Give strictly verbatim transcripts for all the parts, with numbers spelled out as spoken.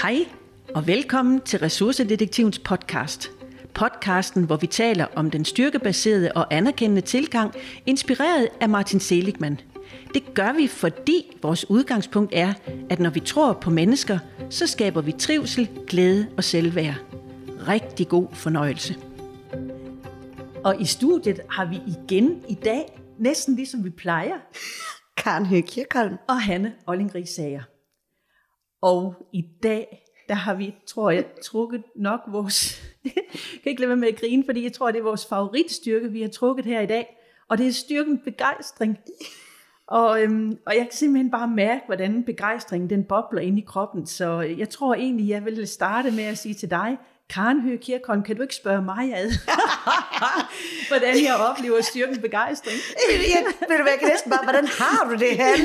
Hej og velkommen til Ressourcedetektivens podcast. Podcasten, hvor vi taler om den styrkebaserede og anerkendende tilgang, inspireret af Martin Seligman. Det gør vi, fordi vores udgangspunkt er, at når vi tror på mennesker, så skaber vi trivsel, glæde og selvværd. Rigtig god fornøjelse. Og i studiet har vi igen i dag, næsten ligesom vi plejer, Karen Høgh Kirkholm og Hanne Olling Riisager. Og i dag, der har vi, tror jeg, trukket nok vores... jeg kan ikke lade være med at grine, fordi jeg tror, det er vores favoritstyrke, vi har trukket her i dag. Og det er styrken begejstring. Og, øhm, og jeg kan simpelthen bare mærke, hvordan begejstringen den bobler ind i kroppen. Så jeg tror egentlig, jeg vil starte med at sige til dig, Karen Høgh Kirkholm, kan du ikke spørge mig ad, hvordan jeg oplever styrken begejstring? Jeg, ved du hvad, jeg kan næsten bare, hvordan har du det, Hanne?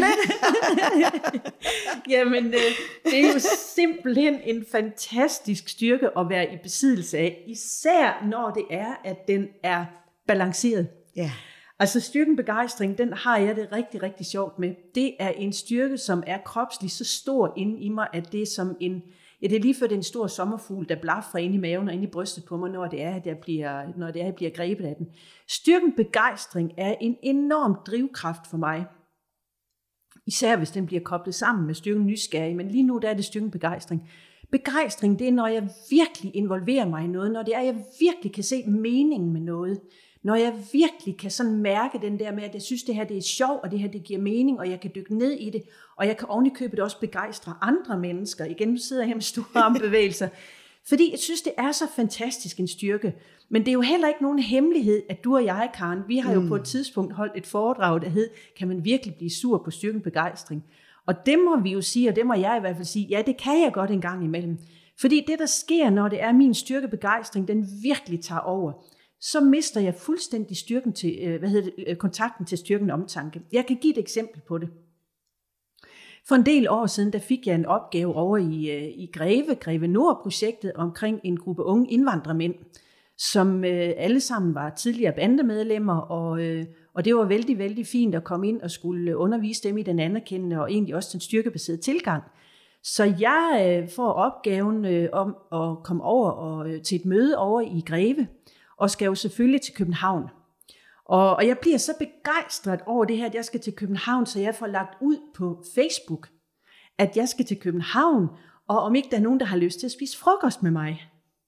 Jamen, øh, det er jo simpelthen en fantastisk styrke at være i besiddelse af, især når det er, at den er balanceret. Ja. Altså styrken begejstring, den har jeg det rigtig, rigtig sjovt med. Det er en styrke, som er kropsligt så stor inde i mig, at det er som en... Ja, det er lige før det er en stor sommerfugl, der blafrer ind i maven og ind i brystet på mig, når det er, at jeg bliver, når det er, at jeg bliver grebet af den. Styrken begejstring er en enorm drivkraft for mig. Især hvis den bliver koblet sammen med styrken nysgerrig, men lige nu der er det styrken begejstring. Begejstring, det er, når jeg virkelig involverer mig i noget, når det er, at jeg virkelig kan se meningen med noget. Når jeg virkelig kan sådan mærke den der med, at jeg synes, det her det er sjovt, og det her det giver mening, og jeg kan dykke ned i det, og jeg kan ovenikøbet også begejstre andre mennesker. Igen sidder jeg her med store armbevægelser. Fordi jeg synes, det er så fantastisk en styrke. Men det er jo heller ikke nogen hemmelighed, at du og jeg, Karen, vi har jo mm. på et tidspunkt holdt et foredrag, der hed, kan man virkelig blive sur på styrken begejstring? Og det må vi jo sige, og det må jeg i hvert fald sige, ja, det kan jeg godt en gang imellem. Fordi det, der sker, når det er min styrke begejstring, den virkelig tager over, så mister jeg fuldstændig styrken til, hvad hedder det, kontakten til styrken omtanke. Jeg kan give et eksempel på det. For en del år siden, der fik jeg en opgave over i, i Greve, Greve Nord-projektet omkring en gruppe unge indvandrermænd, som øh, alle sammen var tidligere bandemedlemmer, og, øh, og det var vældig, vældig fint at komme ind og skulle undervise dem i den anerkendende og egentlig også den styrkebaserede tilgang. Så jeg øh, får opgaven øh, om at komme over og, øh, til et møde over i Greve, og skal jo selvfølgelig til København. Og, og jeg bliver så begejstret over det her, at jeg skal til København, så jeg får lagt ud på Facebook, at jeg skal til København, og om ikke der er nogen, der har lyst til at spise frokost med mig.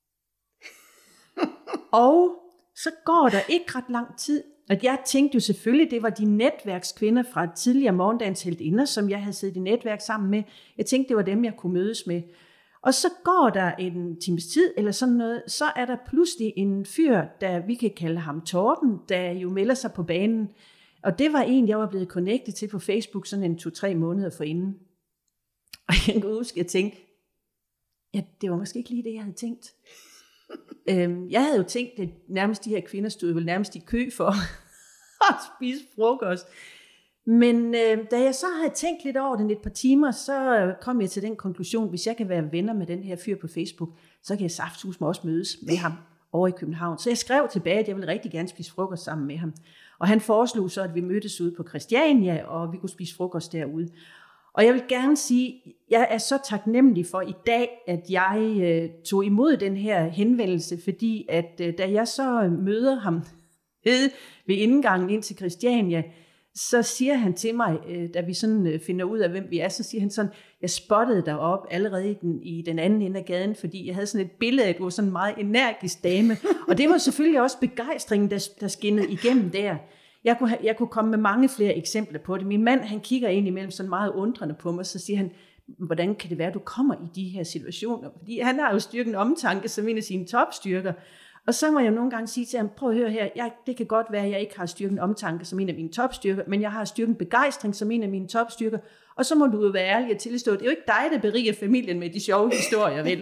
Og så går der ikke ret lang tid, at jeg tænkte jo selvfølgelig, det var de netværkskvinder fra tidligere morgendagens heltinder, som jeg havde siddet i netværk sammen med. Jeg tænkte, det var dem, jeg kunne mødes med. Og så går der en times tid, eller sådan noget, så er der pludselig en fyr, der vi kan kalde ham Torben, der jo melder sig på banen. Og det var en, jeg var blevet connectet til på Facebook sådan en to-tre måneder forinden. Og jeg kan huske, jeg tænkte, ja, det var måske ikke lige det, jeg havde tænkt. øhm, jeg havde jo tænkt, at nærmest de her kvinder stod vel nærmest i kø for at spise frokost. Men øh, da jeg så havde tænkt lidt over den et par timer, så kom jeg til den konklusion, hvis jeg kan være venner med den her fyr på Facebook, så kan jeg saftsus mig også mødes med ham over i København. Så jeg skrev tilbage, at jeg ville rigtig gerne spise frokost sammen med ham. Og han foreslog så, at vi mødtes ude på Christiania, og vi kunne spise frokost derude. Og jeg vil gerne sige, at jeg er så taknemmelig for i dag, at jeg øh, tog imod den her henvendelse, fordi at øh, da jeg så møder ham ved, ved indgangen ind til Christiania, så siger han til mig, da vi sådan finder ud af, hvem vi er, så siger han sådan, jeg spottede dig op allerede i den, i den anden ende af gaden, fordi jeg havde sådan et billede af, at du var sådan en meget energisk dame. Og det var selvfølgelig også begejstringen, der, der skinnede igennem der. Jeg kunne, jeg kunne komme med mange flere eksempler på det. Min mand, han kigger ind imellem sådan meget undrende på mig, så siger han, hvordan kan det være, at du kommer i de her situationer? Fordi han har jo styrken omtanke som en af sine topstyrker. Og så må jeg jo nogle gange sige til ham, prøv at høre her, jeg, det kan godt være, at jeg ikke har styrken omtanke som en af mine topstyrker, men jeg har styrken begejstring som en af mine topstyrker, og så må du jo være ærlig og tilstå, det er jo ikke dig, der beriger familien med de sjove historier, vel?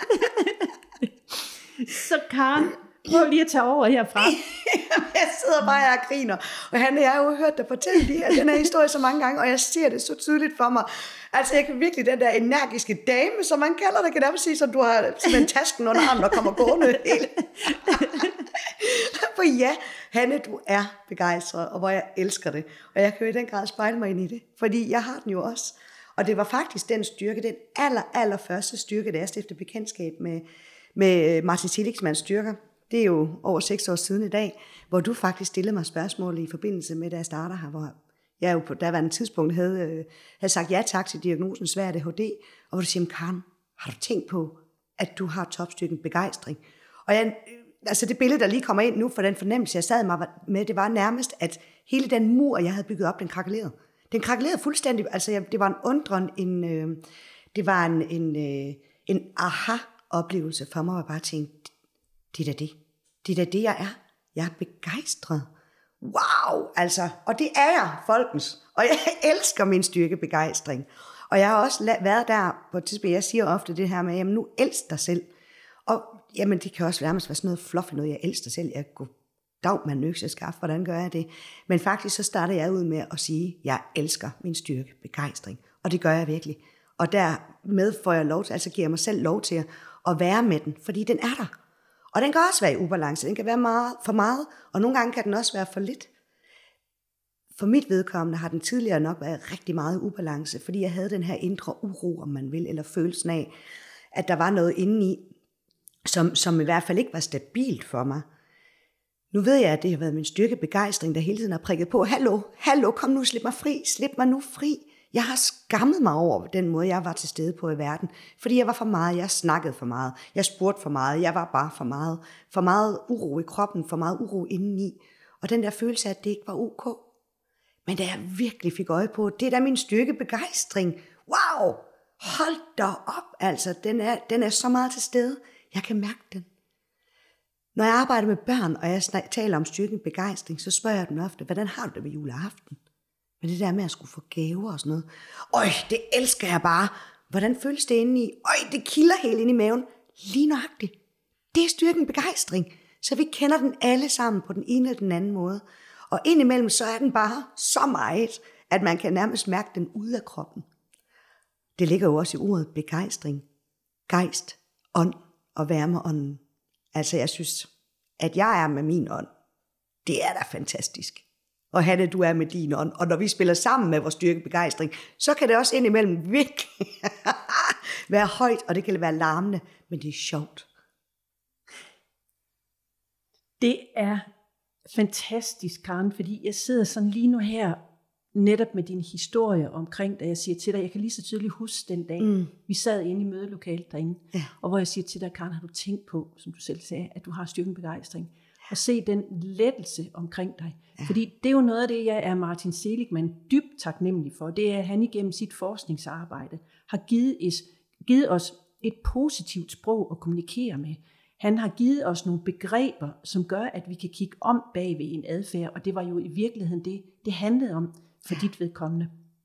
Så Karen, prøv lige at tage over herfra. Jeg sidder bare her og griner, og han, jeg har jo hørt dig fortælle de her, den her historie så mange gange, og jeg ser det så tydeligt for mig. Altså jeg kan virkelig, den der energiske dame, som man kalder det, kan jeg sige, som du har simpelthen tasken under armen og kommer gående hele. For ja, Hanne, du er begejstret, og hvor jeg elsker det. Og jeg kan jo i den grad spejle mig ind i det, fordi jeg har den jo også. Og det var faktisk den styrke, den aller, aller første styrke, da jeg stiftede bekendtskab med, med Martin Seligmans styrker. Det er jo over seks år siden i dag, hvor du faktisk stillede mig spørgsmål i forbindelse med, da jeg starter her, hvor jeg jo på daværende tidspunkt havde, havde sagt ja tak til diagnosen svær A D H D, og hvor du siger, Karen, har du tænkt på, at du har topstyrken begejstring? Og jeg, altså det billede, der lige kommer ind nu, for den fornemmelse, jeg sad mig med, det var nærmest, at hele den mur, jeg havde bygget op, den krakelerede. Den krakelerede fuldstændig, altså jeg, det var en undren, en, øh, det var en, en, øh, en aha-oplevelse for mig, hvor jeg bare tænkte, det er da det. Det er da det, jeg er. Jeg er begejstret. Wow, altså, og det er jeg, folkens. Og jeg elsker min styrkebegejstring. Og jeg har også været der på et tidspunkt, jeg siger ofte det her med, jamen nu elsk dig selv. Og jamen det kan også være, være sådan noget fluffy noget, jeg elsker dig selv. Jeg går dag med en økse skaffe, hvordan gør jeg det? Men faktisk så starter jeg ud med at sige, jeg elsker min styrkebegejstring. Og det gør jeg virkelig. Og dermed får jeg lov til, altså giver jeg mig selv lov til at være med den, fordi den er der. Og den kan også være i ubalance. Den kan være meget, for meget, og nogle gange kan den også være for lidt. For mit vedkommende har den tidligere nok været rigtig meget i ubalance, fordi jeg havde den her indre uro, om man vil, eller følelsen af, at der var noget indeni, som, som i hvert fald ikke var stabilt for mig. Nu ved jeg, at det har været min styrkebegejstring, der hele tiden har prikket på. Hallo, hallo, kom nu, slip mig fri, slip mig nu fri. Jeg har skammet mig over den måde, jeg var til stede på i verden. Fordi jeg var for meget, jeg snakkede for meget, jeg spurgte for meget, jeg var bare for meget. For meget uro i kroppen, for meget uro indeni. Og den der følelse af, at det ikke var ok. Men da jeg virkelig fik øje på, det er da min styrkebegejstring. Wow, hold da op, altså, den er, den er så meget til stede. Jeg kan mærke den. Når jeg arbejder med børn, og jeg taler om styrkebegejstring, så spørger jeg dem ofte, hvordan har du det med juleaften? Men det der med at skulle få gaver og sådan noget. Øj, det elsker jeg bare. Hvordan føles det inde i? Øj, det kilder helt ind i maven. Lige nøjagtigt. Det er styrken begejstring. Så vi kender den alle sammen på den ene eller den anden måde. Og indimellem så er den bare så meget, at man kan nærmest mærke den ud af kroppen. Det ligger jo også i ordet begejstring. Gejst, ånd og varmeånden. Altså jeg synes, at jeg er med min ånd. Det er da fantastisk. Og Hanne, du er med din ånd. Og når vi spiller sammen med vores styrkebegejstring, så kan det også indimellem virkelig være højt, og det kan være larmende, men det er sjovt. Det er fantastisk, Karen, fordi jeg sidder sådan lige nu her, netop med din historie omkring, da jeg siger til dig, jeg kan lige så tydeligt huske den dag, mm. vi sad inde i mødelokalet derinde, ja. Og hvor jeg siger til dig, Karen, har du tænkt på, som du selv sagde, at du har styrkebegejstring? Og se den lettelse omkring dig. Ja. Fordi det er jo noget af det, jeg er Martin Seligman dybt taknemmelig for. Det er, at han igennem sit forskningsarbejde har givet os, givet os et positivt sprog at kommunikere med. Han har givet os nogle begreber, som gør, at vi kan kigge om bag ved en adfærd. Og det var jo i virkeligheden det, det handlede om for ja. dit vedkommende.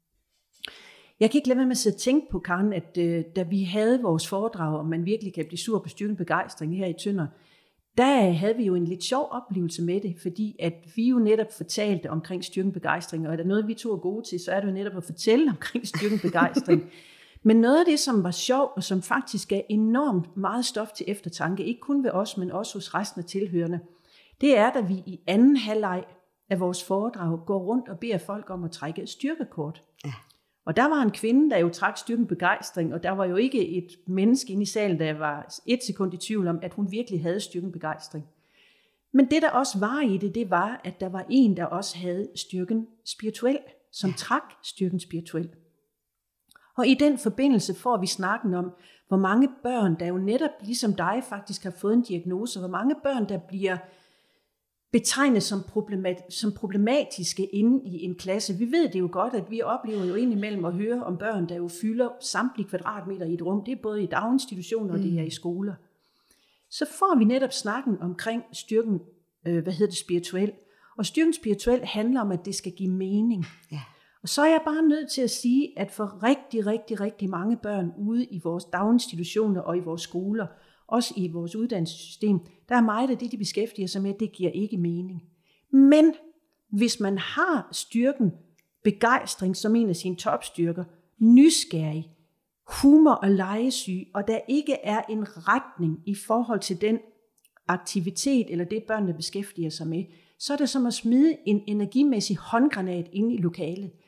Jeg kan ikke lade være med at sidde og tænke på, Karen, at øh, da vi havde vores foredrag, om man virkelig kan blive sur på styrkebegejstring her i Tønder, der havde vi jo en lidt sjov oplevelse med det, fordi at vi jo netop fortalte omkring styrkebegejstring, og er der noget, vi to er gode til, så er det jo netop at fortælle omkring styrkebegejstring. Men noget af det, som var sjovt, og som faktisk er enormt meget stof til eftertanke, ikke kun ved os, men også hos resten af tilhørende, det er, da vi i anden halvleg af vores foredrag går rundt og beder folk om at trække et styrkekort. Ja. Og der var en kvinde, der jo trak styrkebegejstring, og der var jo ikke et menneske inde i salen, der var et sekund i tvivl om, at hun virkelig havde styrkebegejstring. Men det, der også var i det, det var, at der var en, der også havde styrken spirituel, som trak styrken spirituel. Og i den forbindelse får vi snakken om, hvor mange børn, der jo netop ligesom dig faktisk har fået en diagnose, hvor mange børn, der bliver betegnet som, problemat- som problematiske inde i en klasse. Vi ved det jo godt, at vi oplever jo indimellem at høre om børn, der jo fylder samtlige kvadratmeter i et rum. Det er både i daginstitutioner og mm. det er i skoler. Så får vi netop snakken omkring styrken, øh, hvad hedder det, spirituel. Og styrken spirituel handler om, at det skal give mening. Ja. Og så er jeg bare nødt til at sige, at for rigtig, rigtig, rigtig mange børn ude i vores daginstitutioner og i vores skoler, også i vores uddannelsessystem, der er meget af det, de beskæftiger sig med, det giver ikke mening. Men hvis man har styrken, begejstring som en af sine topstyrker, nysgerrig, humor og legesyg, og der ikke er en retning i forhold til den aktivitet eller det børnene beskæftiger sig med, så er det som at smide en energimæssig håndgranat ind i lokalet.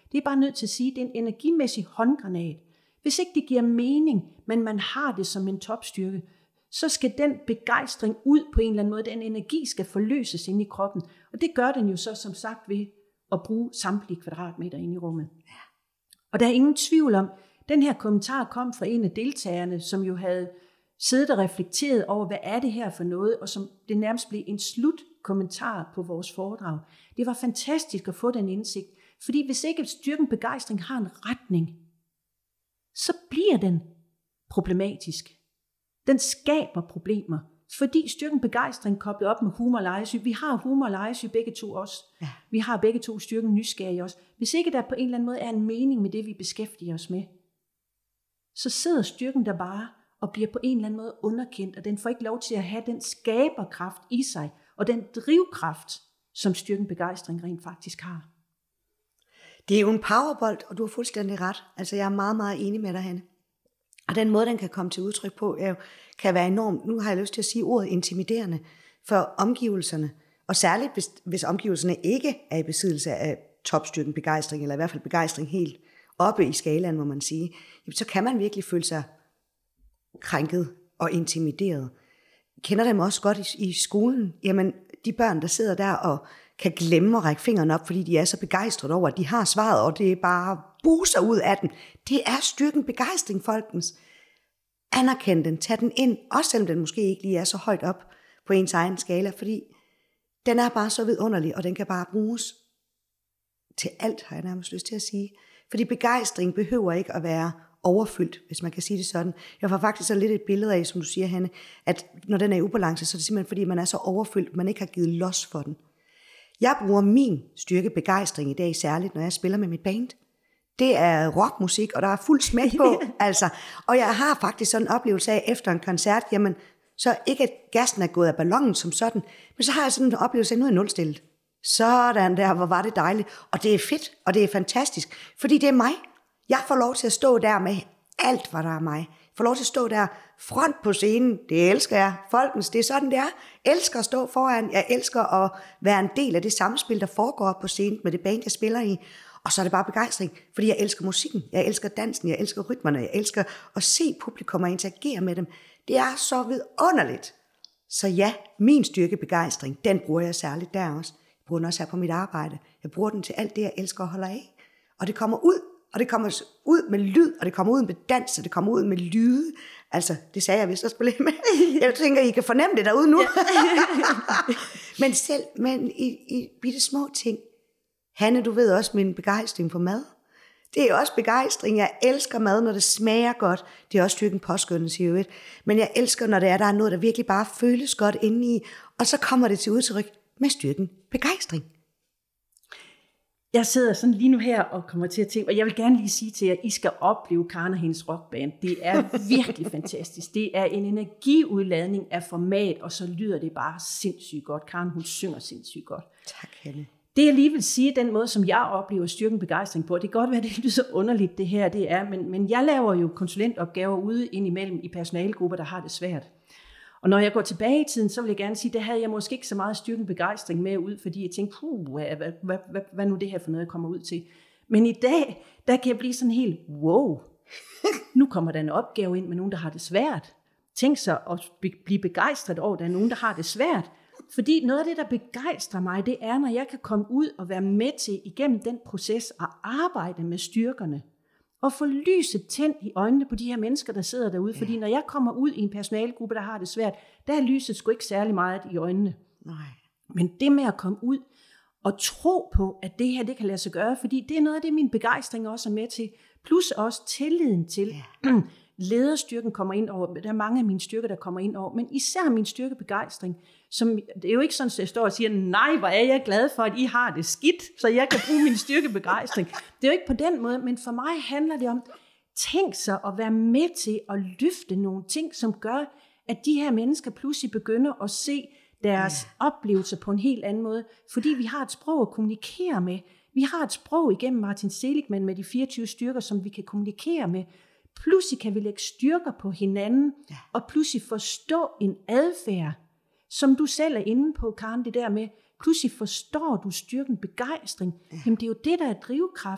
Det er bare nødt til at sige, at det er en energimæssig håndgranat. Hvis ikke det giver mening, men man har det som en topstyrke, så skal den begejstring ud på en eller anden måde. Den energi skal forløses ind i kroppen. Og det gør den jo så som sagt ved at bruge samtlige kvadratmeter ind i rummet. Ja. Og der er ingen tvivl om, den her kommentar kom fra en af deltagerne, som jo havde siddet og reflekteret over, hvad er det her for noget, og som det nærmest blev en slutkommentar på vores foredrag. Det var fantastisk at få den indsigt, fordi hvis ikke styrken begejstring har en retning, så bliver den problematisk. Den skaber problemer, fordi styrken begejstring koblet op med humor og legesyg. Vi har humor og legesyg begge to også. Ja. Vi har begge to styrken nysgerrig også. Hvis ikke der på en eller anden måde er en mening med det, vi beskæftiger os med, så sidder styrken der bare og bliver på en eller anden måde underkendt, og den får ikke lov til at have den skaberkraft i sig, og den drivkraft, som styrken begejstring rent faktisk har. Det er jo en powerbold, og du har fuldstændig ret. Altså jeg er meget, meget enig med dig, Hanne. Og den måde, den kan komme til udtryk på, er jo, kan være enormt, nu har jeg lyst til at sige ordet intimiderende, for omgivelserne. Og særligt, hvis, hvis omgivelserne ikke er i besiddelse af topstyrken begejstring, eller i hvert fald begejstring helt oppe i skalaen, må man sige, så kan man virkelig føle sig krænket og intimideret. Jeg kender dem også godt i, i skolen. Jamen, de børn, der sidder der og kan glemme at række fingeren op, fordi de er så begejstrede over, at de har svaret, og det er bare buser ud af den. Det er styrken begejstring, folkens. Anerkend den, tag den ind, også selvom den måske ikke lige er så højt op på ens egen skala, fordi den er bare så vidunderlig, og den kan bare bruges til alt, har jeg nærmest lyst til at sige. Fordi begejstring behøver ikke at være overfyldt, hvis man kan sige det sådan. Jeg får faktisk så lidt et billede af, som du siger, Hanne, at når den er i ubalance, så er det simpelthen fordi, man er så overfyldt, man ikke har givet los for den. Jeg bruger min styrke begejstring i dag, særligt når jeg spiller med mit band. Det er rockmusik, og der er fuld smæk på. altså. Og jeg har faktisk sådan en oplevelse af, efter en koncert, jamen, så ikke at gassen er gået af ballonen som sådan, men så har jeg sådan en oplevelse af, at nu er jeg nulstillet. Sådan der, hvor var det dejligt. Og det er fedt, og det er fantastisk, fordi det er mig. Jeg får lov til at stå der med alt, hvad der er mig. Jeg får lov til at stå der front på scenen. Det elsker jeg. Folkens, det er sådan, det er. Jeg elsker at stå foran. Jeg elsker at være en del af det samspil, der foregår på scenen med det band, jeg spiller i. Og så er det bare begejstring, fordi jeg elsker musikken. Jeg elsker dansen, jeg elsker rytmerne. Jeg elsker at se publikum og interagere med dem. Det er så vidunderligt. Så ja, min styrke begejstring, den bruger jeg særligt der også. Jeg bruger den også her på mit arbejde. Jeg bruger den til alt det, jeg elsker og holder af. Og det kommer ud. Og det kommer ud med lyd, og det kommer ud med dans, og det kommer ud med lyde. Altså, det sagde jeg vist også på lidt med. Jeg tænker, I kan fornemme det derude nu. men selv men i, i bitte små ting. Hanne, du ved også min begejstring for mad. Det er også begejstring. Jeg elsker mad, når det smager godt. Det er også styrken påskyndelse i øvrigt. Men jeg elsker, når det er, der er noget, der virkelig bare føles godt indeni. Og så kommer det til udtryk med styrken begejstring. Jeg sidder sådan lige nu her og kommer til at tænke, og jeg vil gerne lige sige til jer, at I skal opleve Karen og hendes rockband. Det er virkelig fantastisk. Det er en energiudladning af format, og så lyder det bare sindssygt godt. Karen, hun synger sindssygt godt. Tak, Hanne. Det jeg lige vil sige, den måde, som jeg oplever styrken begejstring på, det kan godt være, det er så underligt, det her det er, men, men jeg laver jo konsulentopgaver ude indimellem i personalegrupper, der har det svært. Og når jeg går tilbage i tiden, så vil jeg gerne sige, det havde jeg måske ikke så meget styrken begejstring med ud, fordi jeg tænkte, puh, hvad, hvad, hvad, hvad, hvad nu det her for noget, jeg kommer ud til. Men i dag, der kan jeg blive sådan helt, wow, nu kommer der en opgave ind med nogen, der har det svært. Tænk så at blive begejstret over, at der er nogen, der har det svært. Fordi noget af det, der begejstrer mig, det er, når jeg kan komme ud og være med til igennem den proces at arbejde med styrkerne. Og få lyset tændt i øjnene på de her mennesker, der sidder derude. Ja. Fordi når jeg kommer ud i en personalegruppe, der har det svært, der er lyset sgu ikke særlig meget i øjnene. Nej. Men det med at komme ud og tro på, at det her det kan lade sig gøre, fordi det er noget af det, min begejstring også er med til. Plus også tilliden til, ja. Lederstyrken kommer ind over. Der er mange af mine styrker, der kommer ind over. Men især min styrkebegejstring. Som, det er jo ikke sådan, at jeg står og siger, nej, hvor er jeg glad for, at I har det skidt, så jeg kan bruge min styrkebegejstring. Det er jo ikke på den måde, men for mig handler det om, tænk sig at være med til at løfte nogle ting, som gør, at de her mennesker pludselig begynder at se deres ja. oplevelser på en helt anden måde. Fordi vi har et sprog at kommunikere med. Vi har et sprog igennem Martin Seligman med de fireogtyve styrker, som vi kan kommunikere med. Pludselig kan vi lægge styrker på hinanden, ja. og pludselig forstå en adfærd, som du selv er inde på, Karen, det der med, pludselig forstår du styrken begejstring. Ja. Jamen det er jo det, der er drivkraften.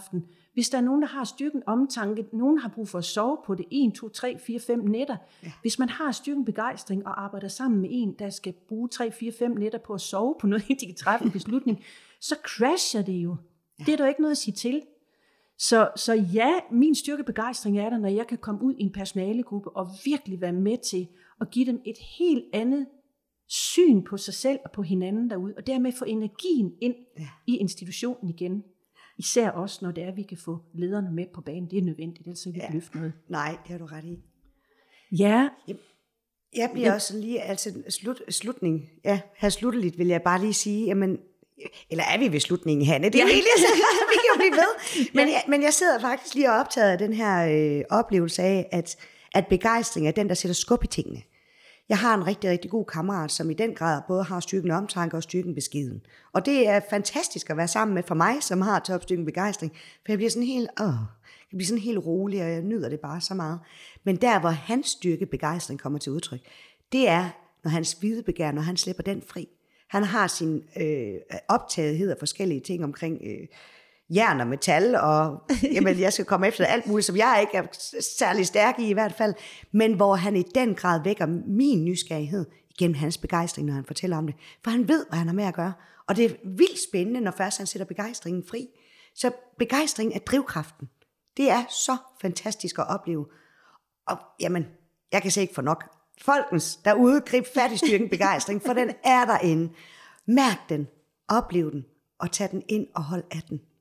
Hvis der er nogen, der har styrken omtanke, nogen har brug for at sove på det en, to, tre, fire, fem nætter. Ja. Hvis man har styrken begejstring og arbejder sammen med en, der skal bruge tre, fire, fem nætter på at sove på noget, de kan træffe en beslutning, så crasher det jo. Ja. Det er der ikke noget at sige til. Så, så ja, min styrkebegejstring er der, når jeg kan komme ud i en personalegruppe og virkelig være med til at give dem et helt andet syn på sig selv og på hinanden derude, og dermed få energien ind ja. i institutionen igen. Især også, når det er, at vi kan få lederne med på banen. Det er nødvendigt, ellers kan vi ikke løfte noget. Nej, det har du ret i. Ja. Jeg, jeg bliver ja. også lige, altså slut, slutning, ja, her slutteligt vil jeg bare lige sige, jamen, eller er vi ved slutningen, Hanne? Det er ja. jo egentlig, vi kan jo blive ved. Men, ja. jeg, men jeg sidder faktisk lige og optaget af den her øh, oplevelse af, at, at begejstring er den, der sætter skub i tingene. Jeg har en rigtig, rigtig god kammerat, som i den grad både har styrken omtanke og styrken beskeden. Og det er fantastisk at være sammen med for mig, som har topstyrken begejstring. For jeg bliver sådan helt, åh, jeg bliver sådan helt rolig, og jeg nyder det bare så meget. Men der, hvor hans styrke begejstring kommer til udtryk, det er, når hans hvidebegær, når han slipper den fri. Han har sin øh, optagethed af forskellige ting omkring øh, jern og metal, og jamen, jeg skal komme efter alt muligt, som jeg ikke er særlig stærk i i hvert fald, men hvor han i den grad vækker min nysgerrighed igennem hans begejstring, når han fortæller om det. For han ved, hvad han har med at gøre, og det er vildt spændende, når først han sætter begejstringen fri. Så begejstring er drivkraften. Det er så fantastisk at opleve. Og jamen, jeg kan se ikke for nok. Folkens derude, grib fat i styrken begejstring, for den er derinde. Mærk den, oplev den, og tag den ind og hold af den.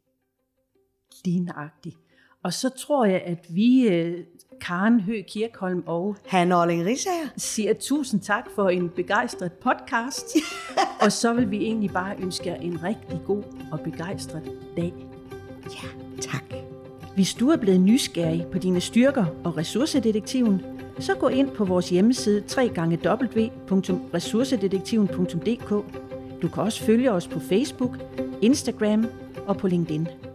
Lige nøjagtigt. Og så tror jeg, at vi, Karen Høgh Kirkholm og Hanne Orling Riisager, siger tusind tak for en begejstret podcast. Og så vil vi egentlig bare ønske jer en rigtig god og begejstret dag. Ja, tak. Hvis du er blevet nysgerrig på dine styrker og ressourcedetektiven, så gå ind på vores hjemmeside w w w punktum ressourcedetektiven punktum d k. Du kan også følge os på Facebook, Instagram og på LinkedIn.